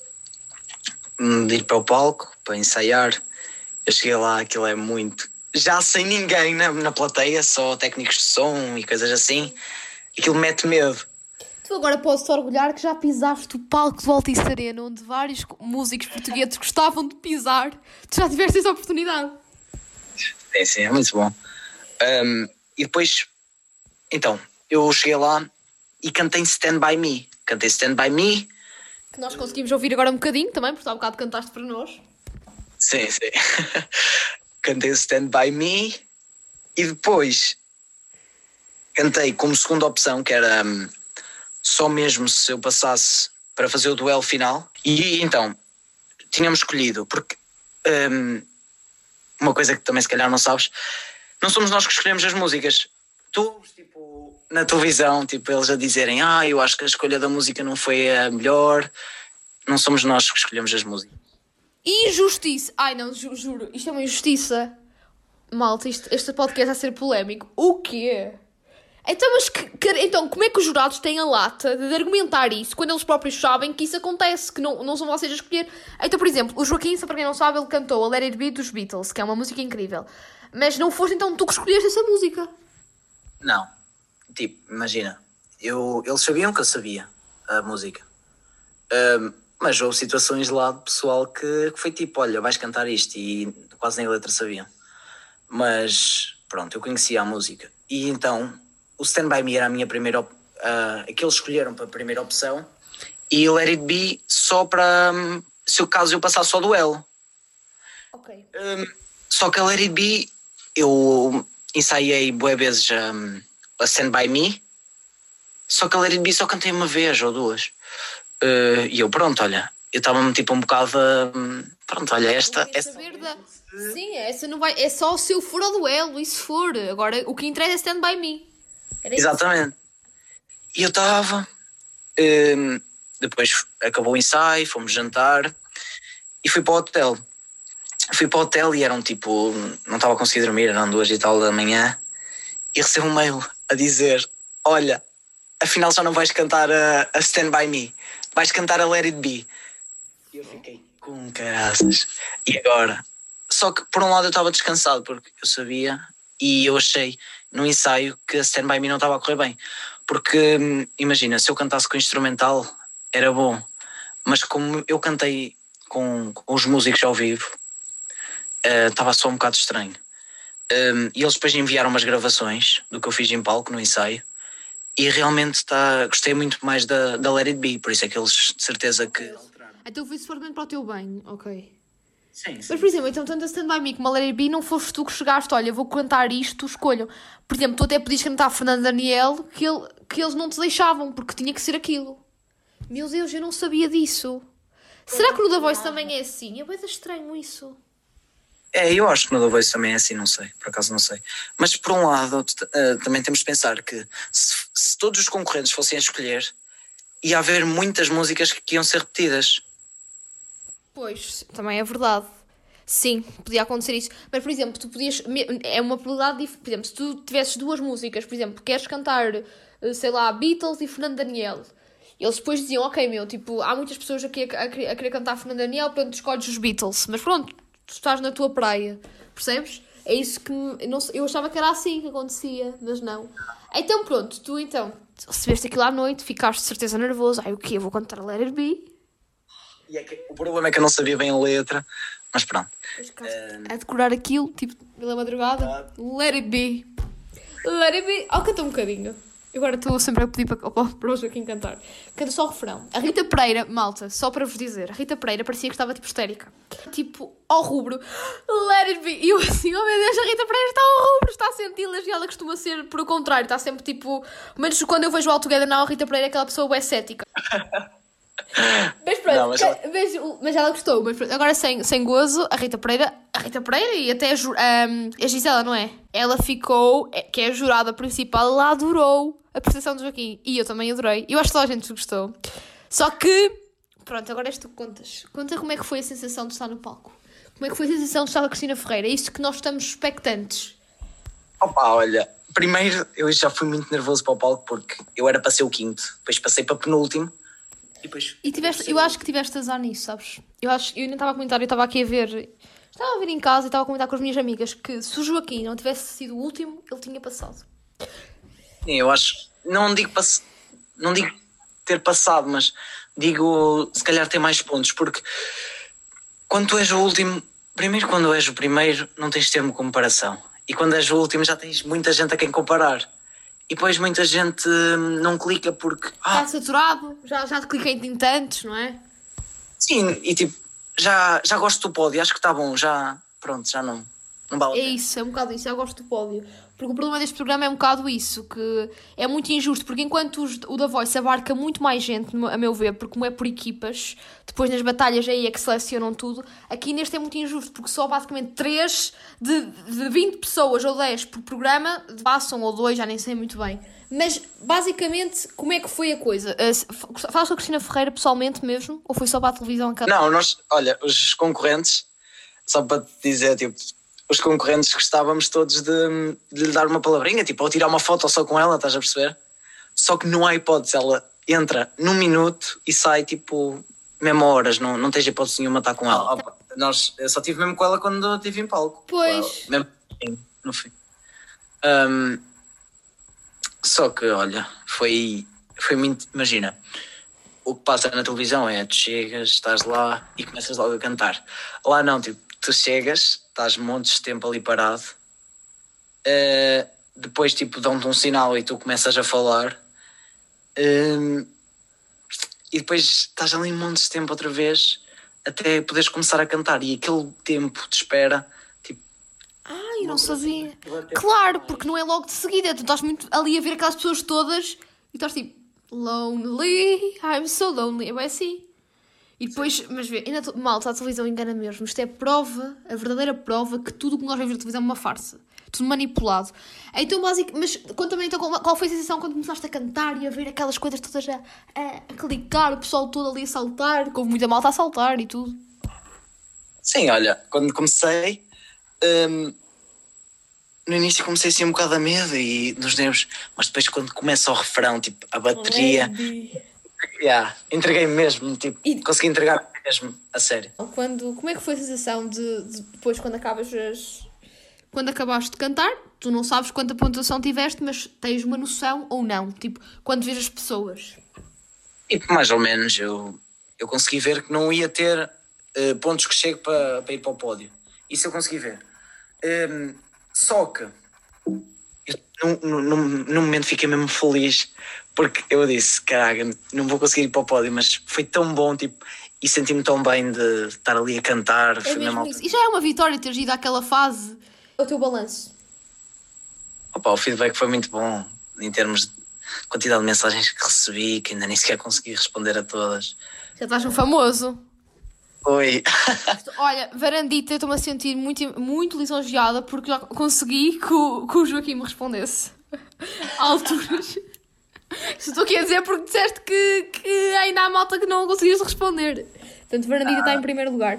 Speaker 3: de ir para o palco, para ensaiar. Eu cheguei lá, aquilo é muito... Já sem ninguém na, na plateia, só técnicos de som e coisas assim. Aquilo mete medo.
Speaker 1: Tu agora podes-te orgulhar que já pisaste o palco do Altice Arena, onde vários músicos portugueses gostavam de pisar. Tu já tiveste essa oportunidade.
Speaker 3: É, sim, é muito bom. Um, e depois, então, eu cheguei lá e cantei Stand By Me. Cantei Stand By Me.
Speaker 1: Que nós conseguimos ouvir agora um bocadinho também, porque há um bocado cantaste para nós.
Speaker 3: Sim, sim. Cantei Stand By Me. E depois cantei como segunda opção, que era... Um, só mesmo se eu passasse para fazer o duelo final. E então, tínhamos escolhido, porque um, uma coisa que também se calhar não sabes, não somos nós que escolhemos as músicas. Tu ouves, tipo, na televisão, tipo, eles a dizerem, ah, eu acho que a escolha da música não foi a melhor. Não somos nós que escolhemos as músicas.
Speaker 1: Injustiça! Ai não, ju- juro, isto é uma injustiça. Malta, isto, este podcast vai ser polémico. O quê? Então, mas que, que, então, como é que os jurados têm a lata de argumentar isso quando eles próprios sabem que isso acontece, que não, não são vocês a escolher? Então, por exemplo, o Joaquim, para quem não sabe, ele cantou a Let It Be dos Beatles, que é uma música incrível. Mas não foste então tu que escolheste essa música?
Speaker 3: Não. Tipo, imagina, eu, eles sabiam que eu sabia a música. Um, mas houve situações lá de pessoal que, que foi tipo, olha, vais cantar isto, e quase nem a letra sabiam. Mas, pronto, eu conhecia a música. E então... O Stand By Me era a minha primeira op- uh, que eles escolheram para a primeira opção, e o Let It Be só para um, se o caso eu passasse só duelo.
Speaker 1: Ok.
Speaker 3: Um, só que a Let It Be eu ensaiei bué vezes um, a Stand By Me, só que a Let It Be só cantei uma vez ou duas. Uh, e eu pronto, olha, eu estava-me tipo um bocado um, pronto, olha, esta, esta...
Speaker 1: Da... Sim, essa não vai, é só se eu for ao duelo e se for. Agora o que interessa é Stand By Me. Era
Speaker 3: exatamente. E eu estava, um, depois acabou o ensaio, fomos jantar e fui para o hotel. Fui para o hotel e eram tipo, não estava a conseguir dormir, eram duas e tal da manhã, e recebo um mail a dizer, olha, afinal já não vais cantar a, a Stand By Me, vais cantar a Let It Be. E eu fiquei com caraças. E agora? Só que por um lado eu estava descansado, porque eu sabia e eu achei no ensaio que a Stand By Me não estava a correr bem. Porque, imagina, se eu cantasse com instrumental, era bom. Mas como eu cantei com, com os músicos ao vivo, uh, estava só um bocado estranho. Um, e eles depois enviaram umas gravações do que eu fiz em palco no ensaio. E realmente tá, gostei muito mais da, da Let It Be. Por isso é que eles, de certeza que...
Speaker 1: Então foi supostamente para o teu bem, ok.
Speaker 3: Sim, sim.
Speaker 1: Mas, por exemplo, então tanto a Stand By Me como a Let It Be não foste tu que chegaste, olha, vou cantar isto, escolham. Por exemplo, tu até podias cantar a Fernando Daniel, que, ele, que eles não te deixavam, porque tinha que ser aquilo. Meu Deus, eu não sabia disso. Será que no The Voice também é assim? É bem estranho isso.
Speaker 3: É, eu acho que no The Voice também é assim, não sei, por acaso não sei. Mas por um lado, uh, também temos de pensar que se, se todos os concorrentes fossem a escolher, ia haver muitas músicas que iam ser repetidas.
Speaker 1: Pois, também é verdade. Sim, podia acontecer isso. Mas, por exemplo, tu podias... É uma probabilidade diferente. Por exemplo, se tu tivesses duas músicas, por exemplo, queres cantar, sei lá, Beatles e Fernando Daniel. Eles depois diziam, ok, meu, tipo, há muitas pessoas aqui a, a, a querer cantar Fernando Daniel, portanto, escolhes os Beatles. Mas pronto, tu estás na tua praia. Percebes? É isso que... Não, eu achava que era assim que acontecia, mas não. Então, pronto, tu então recebeste aquilo à noite, ficaste de certeza nervoso. Ai, o quê? Eu vou cantar a Let It Be.
Speaker 3: E é que, o problema é que eu não sabia bem a letra, mas pronto.
Speaker 1: A decorar aquilo, tipo, pela madrugada. Let It Be. Let It Be. Oh, canta um bocadinho. Eu agora estou sempre a pedir para, para o Joaquim cantar. Canta só o refrão. A Rita Pereira, malta, só para vos dizer, a Rita Pereira parecia que estava tipo histérica. Tipo, ao rubro. Let It Be. E eu assim, oh meu Deus, a Rita Pereira está ao rubro, está a senti-las, e ela costuma ser por o contrário, está sempre tipo... Mas quando eu vejo o All Together Now, a Rita Pereira é aquela pessoa bem cética. Mas pronto, não, mas, ela... Mas, mas ela gostou. Mas pronto, agora sem, sem gozo, a Rita Pereira, a Rita Pereira e até a, um, a Gisela, não é? Ela ficou, que é a jurada principal, ela adorou a prestação do Joaquim. E eu também adorei. Eu acho que toda a gente gostou. Só que, pronto, agora és tu que contas. Conta como é que foi a sensação de estar no palco. Como é que foi a sensação de estar a Cristina Ferreira. É isso que nós estamos expectantes.
Speaker 3: Opa, olha, primeiro eu já fui muito nervoso para o palco porque eu era para ser o quinto, depois passei para penúltimo e depois...
Speaker 1: E tiveste, eu acho que tiveste azar nisso, sabes? Eu acho, eu nem estava a comentar, eu estava aqui a ver, estava a ver em casa e estava a comentar com as minhas amigas que se o Joaquim não tivesse sido o último, ele tinha passado.
Speaker 3: Sim, eu acho, não digo, pass... não digo ter passado, mas digo se calhar ter mais pontos, porque quando tu és o último, primeiro quando és o primeiro não tens termo de comparação, e quando és o último já tens muita gente a quem comparar, e depois muita gente hum, não clica porque...
Speaker 1: Está saturado, já, já te cliquei em tantos, não é?
Speaker 3: Sim, e tipo, já, já gosto do pódio, acho que está bom, já, pronto, já não, não vale a
Speaker 1: É
Speaker 3: pena.
Speaker 1: isso, é um bocado isso, eu gosto do pódio. Porque o problema deste programa é um bocado isso, que é muito injusto, porque enquanto os, o da Voice abarca muito mais gente, a meu ver, porque como é por equipas, depois nas batalhas aí é que selecionam tudo, aqui neste é muito injusto, porque só basicamente três de, de vinte pessoas ou dez por programa passam, ou dois, já nem sei muito bem. Mas, basicamente, como é que foi a coisa? Uh, Falas com a Cristina Ferreira pessoalmente mesmo? Ou foi só para a televisão a cantar?
Speaker 3: Não, nós, olha, os concorrentes, só para te dizer, tipo, os concorrentes gostávamos todos de, de lhe dar uma palavrinha, tipo, ou tirar uma foto só com ela, estás a perceber? Só que não há hipótese, ela entra num minuto e sai, tipo, mesmo a horas, não, não tens hipótese nenhuma estar com ela. Opa, nós, eu só estive mesmo com ela quando eu estive em palco.
Speaker 1: Pois.
Speaker 3: Mesmo assim, no fim. Um, só que, olha, foi, foi muito, imagina, o que passa na televisão é, tu chegas, estás lá e começas logo a cantar. Lá não, tipo, tu chegas, estás montes de tempo ali parado, uh, depois tipo dão-te um sinal e tu começas a falar, uh, e depois estás ali montes de tempo outra vez até poderes começar a cantar, e aquele tempo de espera, tipo...
Speaker 1: Ai, eu não sabia. Claro, porque não é logo de seguida, tu estás muito ali a ver aquelas pessoas todas e estás tipo, lonely, I'm so lonely, é assim. E depois, mas vê, ainda tô, malta, a televisão engana mesmo. Isto é prova, a verdadeira prova que tudo o que nós vemos na televisão é uma farsa. Tudo manipulado. Então, básico, mas conta-me então qual foi a sensação quando começaste a cantar e a ver aquelas coisas todas a, a, a clicar, o pessoal todo ali a saltar, que houve muita malta a saltar e tudo.
Speaker 3: Sim, olha, quando comecei, hum, no início comecei assim um bocado a medo e nos nervos, mas depois quando começa o refrão, tipo, a bateria... Yeah, entreguei mesmo, tipo, e... consegui entregar mesmo, a sério.
Speaker 1: Quando, como é que foi a sensação de, de depois quando acabas as... Quando acabaste de cantar, tu não sabes quanta pontuação tiveste, mas tens uma noção ou não? Tipo, quando vês as pessoas?
Speaker 3: Tipo, mais ou menos, eu, eu consegui ver que não ia ter uh, pontos que chego para, para ir para o pódio. Isso eu consegui ver. Um, só que, eu, no, no, no momento fiquei mesmo feliz, porque eu disse, caraca, não vou conseguir ir para o pódio, mas foi tão bom, tipo, e senti-me tão bem de estar ali a cantar.
Speaker 1: É mesmo isso. E já é uma vitória teres ido àquela fase. O teu balanço?
Speaker 3: Opa, o feedback foi muito bom, em termos de quantidade de mensagens que recebi, que ainda nem sequer consegui responder a todas.
Speaker 1: Já estás um famoso.
Speaker 3: Oi.
Speaker 1: Olha, Varandita, eu estou-me a sentir muito, muito lisonjeada porque já consegui que o, que o Joaquim me respondesse. À alturas. Estou aqui a dizer porque disseste que, que ainda há malta que não conseguiste responder. Portanto, Varandita ah. está em primeiro lugar.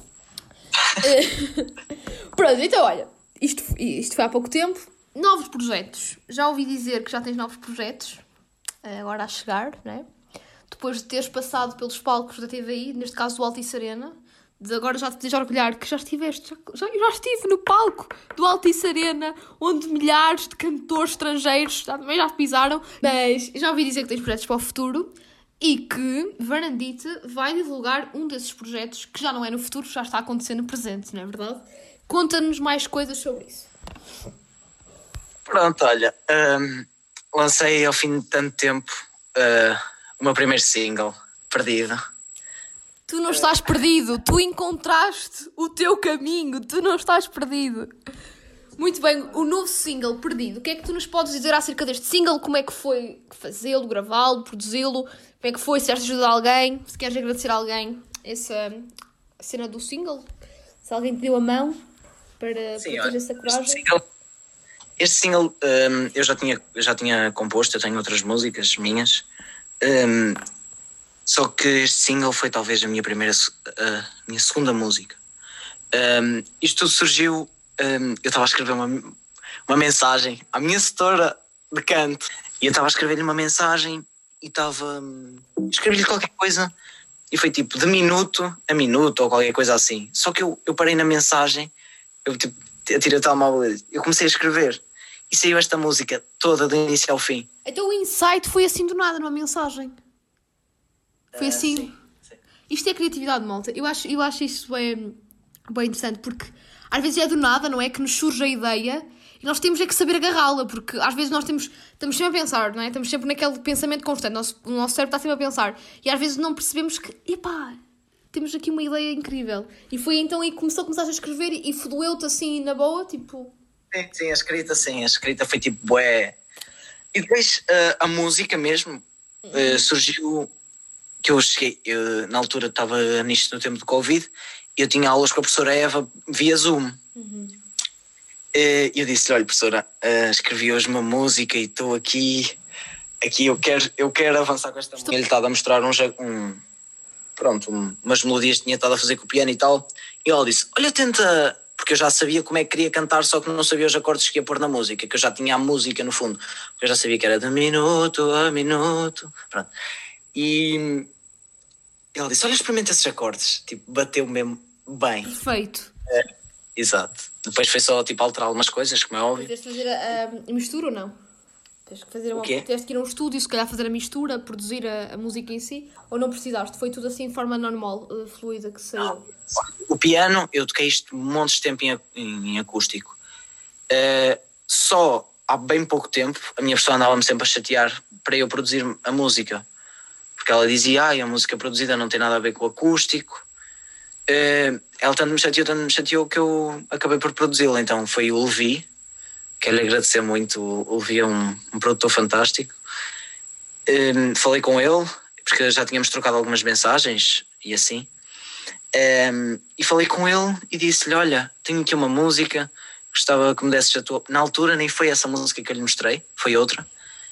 Speaker 1: Pronto, então olha, isto, isto foi há pouco tempo. Novos projetos. Já ouvi dizer que já tens novos projetos agora a chegar, não é? Depois de teres passado pelos palcos da T V I, neste caso do Altice Arena, de agora já te tens a orgulhar que já estiveste, já, já, já estive no palco do Altice Arena, onde milhares de cantores estrangeiros já, também já pisaram, mas já ouvi dizer que tens projetos para o futuro e que Varandite vai divulgar um desses projetos, que já não é no futuro, já está acontecendo no presente, não é verdade? Conta-nos mais coisas sobre isso.
Speaker 3: Pronto, olha, um, lancei ao fim de tanto tempo uh, o meu primeiro single, Perdido.
Speaker 1: Tu não estás perdido, tu encontraste o teu caminho, tu não estás perdido. Muito bem, o novo single, Perdido. O que é que tu nos podes dizer acerca deste single? Como é que foi fazê-lo, gravá-lo, produzi-lo? Como é que foi? Se queres ajudar alguém? Se queres agradecer a alguém essa cena do single? Se alguém te deu a mão para,
Speaker 3: Sim,
Speaker 1: para ter essa coragem?
Speaker 3: Este single, este single um, eu já tinha, já tinha composto, eu tenho outras músicas minhas. Um, Só que este single foi talvez a minha primeira, a minha segunda música. Um, isto tudo surgiu, um, eu estava a escrever uma, uma mensagem à minha setora de canto. E eu estava a escrever-lhe uma mensagem e estava... Escrevi-lhe qualquer coisa e foi tipo de minuto a minuto ou qualquer coisa assim. Só que eu, eu parei na mensagem, eu tipo, atirei o telemóvel, eu comecei a escrever e saiu esta música toda do início ao fim.
Speaker 1: Então o insight foi assim do nada, numa mensagem. Foi assim.
Speaker 3: Uh, sim, sim.
Speaker 1: Isto é criatividade, malta. Eu acho, eu acho isso bem, bem interessante, porque às vezes é do nada, não é? Que nos surge a ideia e nós temos é que saber agarrá-la, porque às vezes nós temos, estamos sempre a pensar, não é? Estamos sempre naquele pensamento constante. Nosso, o nosso cérebro está sempre a pensar e às vezes não percebemos que, epá, temos aqui uma ideia incrível. E foi então aí que começou a começar a escrever e, e fluiu-te assim na boa, tipo...
Speaker 3: Sim, sim, a escrita, sim, a escrita foi tipo bué. E depois uh, a música mesmo uh, surgiu, que eu cheguei, eu, na altura estava nisto no tempo de Covid, e eu tinha aulas com a professora Eva via Zoom. Uhum. E eu disse-lhe, olha professora, uh, escrevi hoje uma música e estou aqui, aqui eu quero, eu quero avançar com esta música. Ele estava a mostrar um, um, pronto, um, umas melodias que tinha estado a fazer com o piano e tal, e ela disse, olha tenta... Porque eu já sabia como é que queria cantar, só que não sabia os acordes que ia pôr na música, que eu já tinha a música no fundo. Porque eu já sabia que era de minuto a minuto. Pronto. E ele disse, olha, experimenta esses acordes. Tipo, bateu mesmo bem.
Speaker 1: Perfeito.
Speaker 3: É, exato. Depois foi só, tipo, alterar algumas coisas, como é óbvio.
Speaker 1: Tens de fazer a, a mistura ou não? Tens que fazer uma, tens que ir a um estúdio, se calhar fazer a mistura, produzir a, a música em si, ou não precisaste? Foi tudo assim de forma normal, uh, fluida, que saiu?
Speaker 3: Não. O piano, eu toquei isto montes de tempo em, em, em acústico. Uh, só há bem pouco tempo, a minha pessoa andava-me sempre a chatear para eu produzir a música. Porque ela dizia, ai, a música produzida não tem nada a ver com o acústico. Uh, ela tanto me chateou, tanto me chateou que eu acabei por produzi-la. Então foi o Levi. Quero lhe agradecer muito, o Levi é um, um produtor fantástico. Um, falei com ele, porque já tínhamos trocado algumas mensagens e assim. Um, e falei com ele e disse-lhe, olha, tenho aqui uma música, gostava que me desses a tua... Na altura nem foi essa música que eu lhe mostrei, foi outra.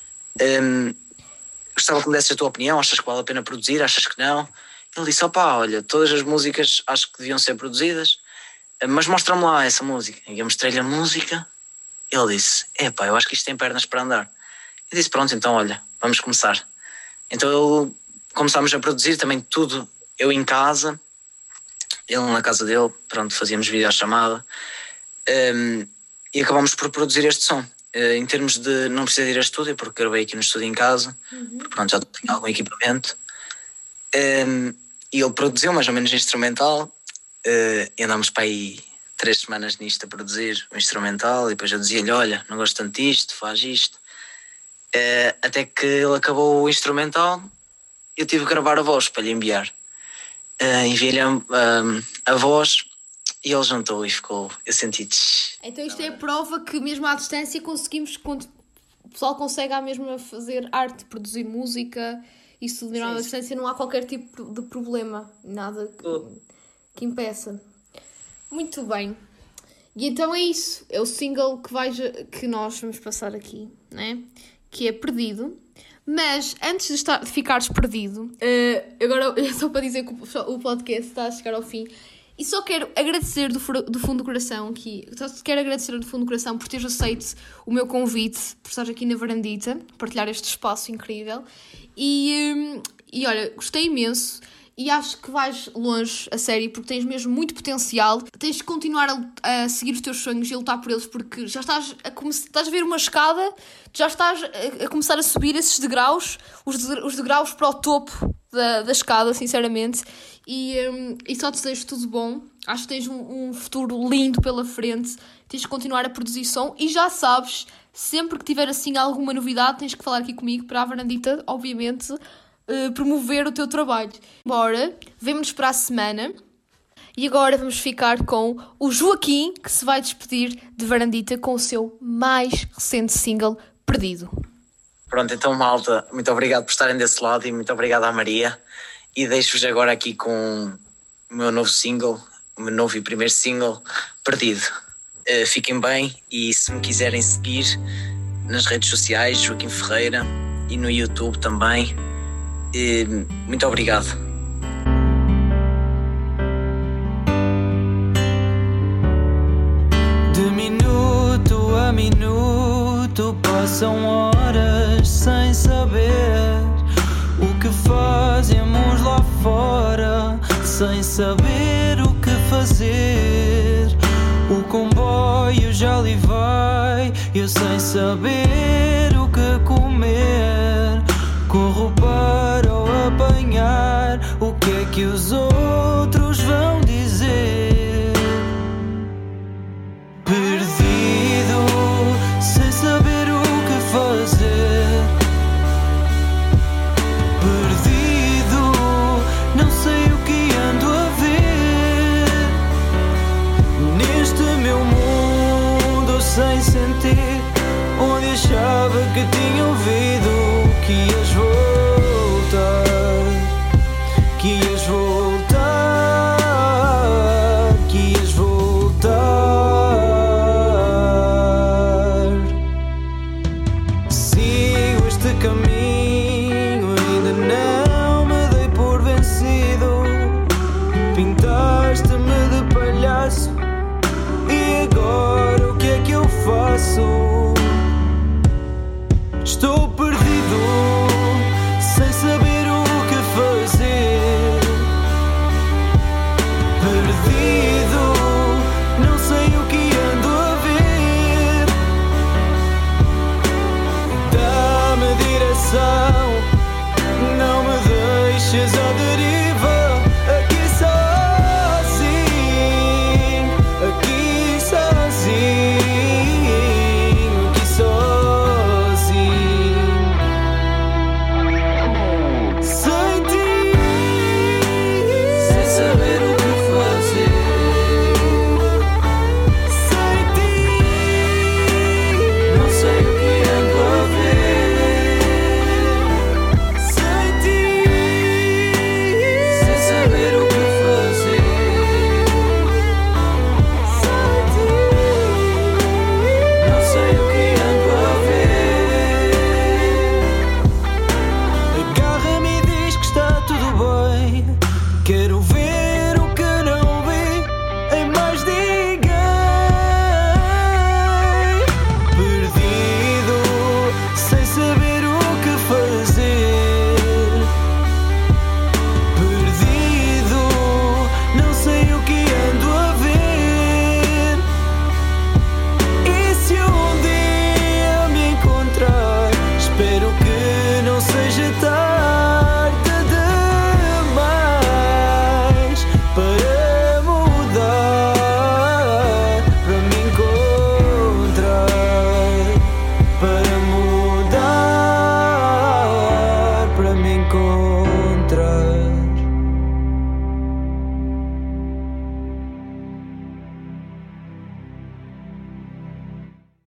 Speaker 3: Um, gostava que me desses a tua opinião, achas que vale a pena produzir, achas que não? Ele disse, opá, olha, todas as músicas acho que deviam ser produzidas, mas mostra-me lá essa música. E eu mostrei-lhe a música. Ele disse, epá, eu acho que isto tem pernas para andar. Eu disse, pronto, então olha, vamos começar. Então ele, começámos a produzir também tudo, eu em casa, ele na casa dele, pronto, fazíamos videochamada, um, e acabámos por produzir este som. Uh, em termos de, não precisa ir a estúdio, porque gravei aqui no estúdio em casa, uhum. Porque pronto, já tinha algum equipamento. Um, e ele produziu mais ou menos instrumental, uh, e andámos para aí três semanas nisto a produzir o instrumental, e depois eu dizia-lhe, olha, não gosto tanto disto, faz isto. Uh, até que ele acabou o instrumental, eu tive que gravar a voz para lhe enviar. Uh, Enviei-lhe a, a, a voz e ele jantou e ficou, eu senti...
Speaker 1: Então isto é a prova que mesmo à distância conseguimos, o pessoal consegue à mesma fazer arte, produzir música, isso de à distância não há qualquer tipo de problema, nada que, que impeça. Muito bem. E então é isso. É o single que, vai, que nós vamos passar aqui, né? Que é Perdido. Mas antes de, estar, de ficares perdido, uh, agora é só para dizer que o podcast está a chegar ao fim. E só quero agradecer do, do fundo do coração aqui. Só quero agradecer do fundo do coração por teres aceito o meu convite, por estar aqui na varandita, partilhar este espaço incrível. E, um, e olha, gostei imenso. E acho que vais longe, a sério, porque tens mesmo muito potencial. Tens de continuar a, a seguir os teus sonhos e a lutar por eles, porque já estás a, come- estás a ver uma escada, já estás a, a começar a subir esses degraus, os, de, os degraus para o topo da, da escada, sinceramente. E, um, e só te desejo tudo bom. Acho que tens um, um futuro lindo pela frente. Tens de continuar a produzir som. E já sabes, sempre que tiver assim alguma novidade, tens que falar aqui comigo para a varandita, obviamente, Uh, promover o teu trabalho. Bora, vemo-nos para a semana. E agora vamos ficar com o Joaquim, que se vai despedir de Varandita com o seu mais recente single, Perdido.
Speaker 3: Pronto, então malta, muito obrigado por estarem desse lado e muito obrigado à Maria. E deixo-vos agora aqui com o meu novo single, o meu novo e primeiro single, Perdido. Uh, fiquem bem e se me quiserem seguir nas redes sociais, Joaquim Ferreira, e no YouTube também. E muito obrigado.
Speaker 4: De minuto a minuto passam horas sem saber o que fazemos lá fora, sem saber o que fazer. O comboio já ali vai, eu sem saber o que comer. Corro para o apanhar, o que é que os outros vão dizer? Perdido, sem saber o que fazer. Perdido, não sei o que ando a ver. Neste meu mundo sem sentir, onde achava que tinha ouvido que ias voltar, que ias voltar, que ias voltar. Sigo este caminho, ainda não me dei por vencido. Pintaste-me de palhaço, e agora o que é que eu faço?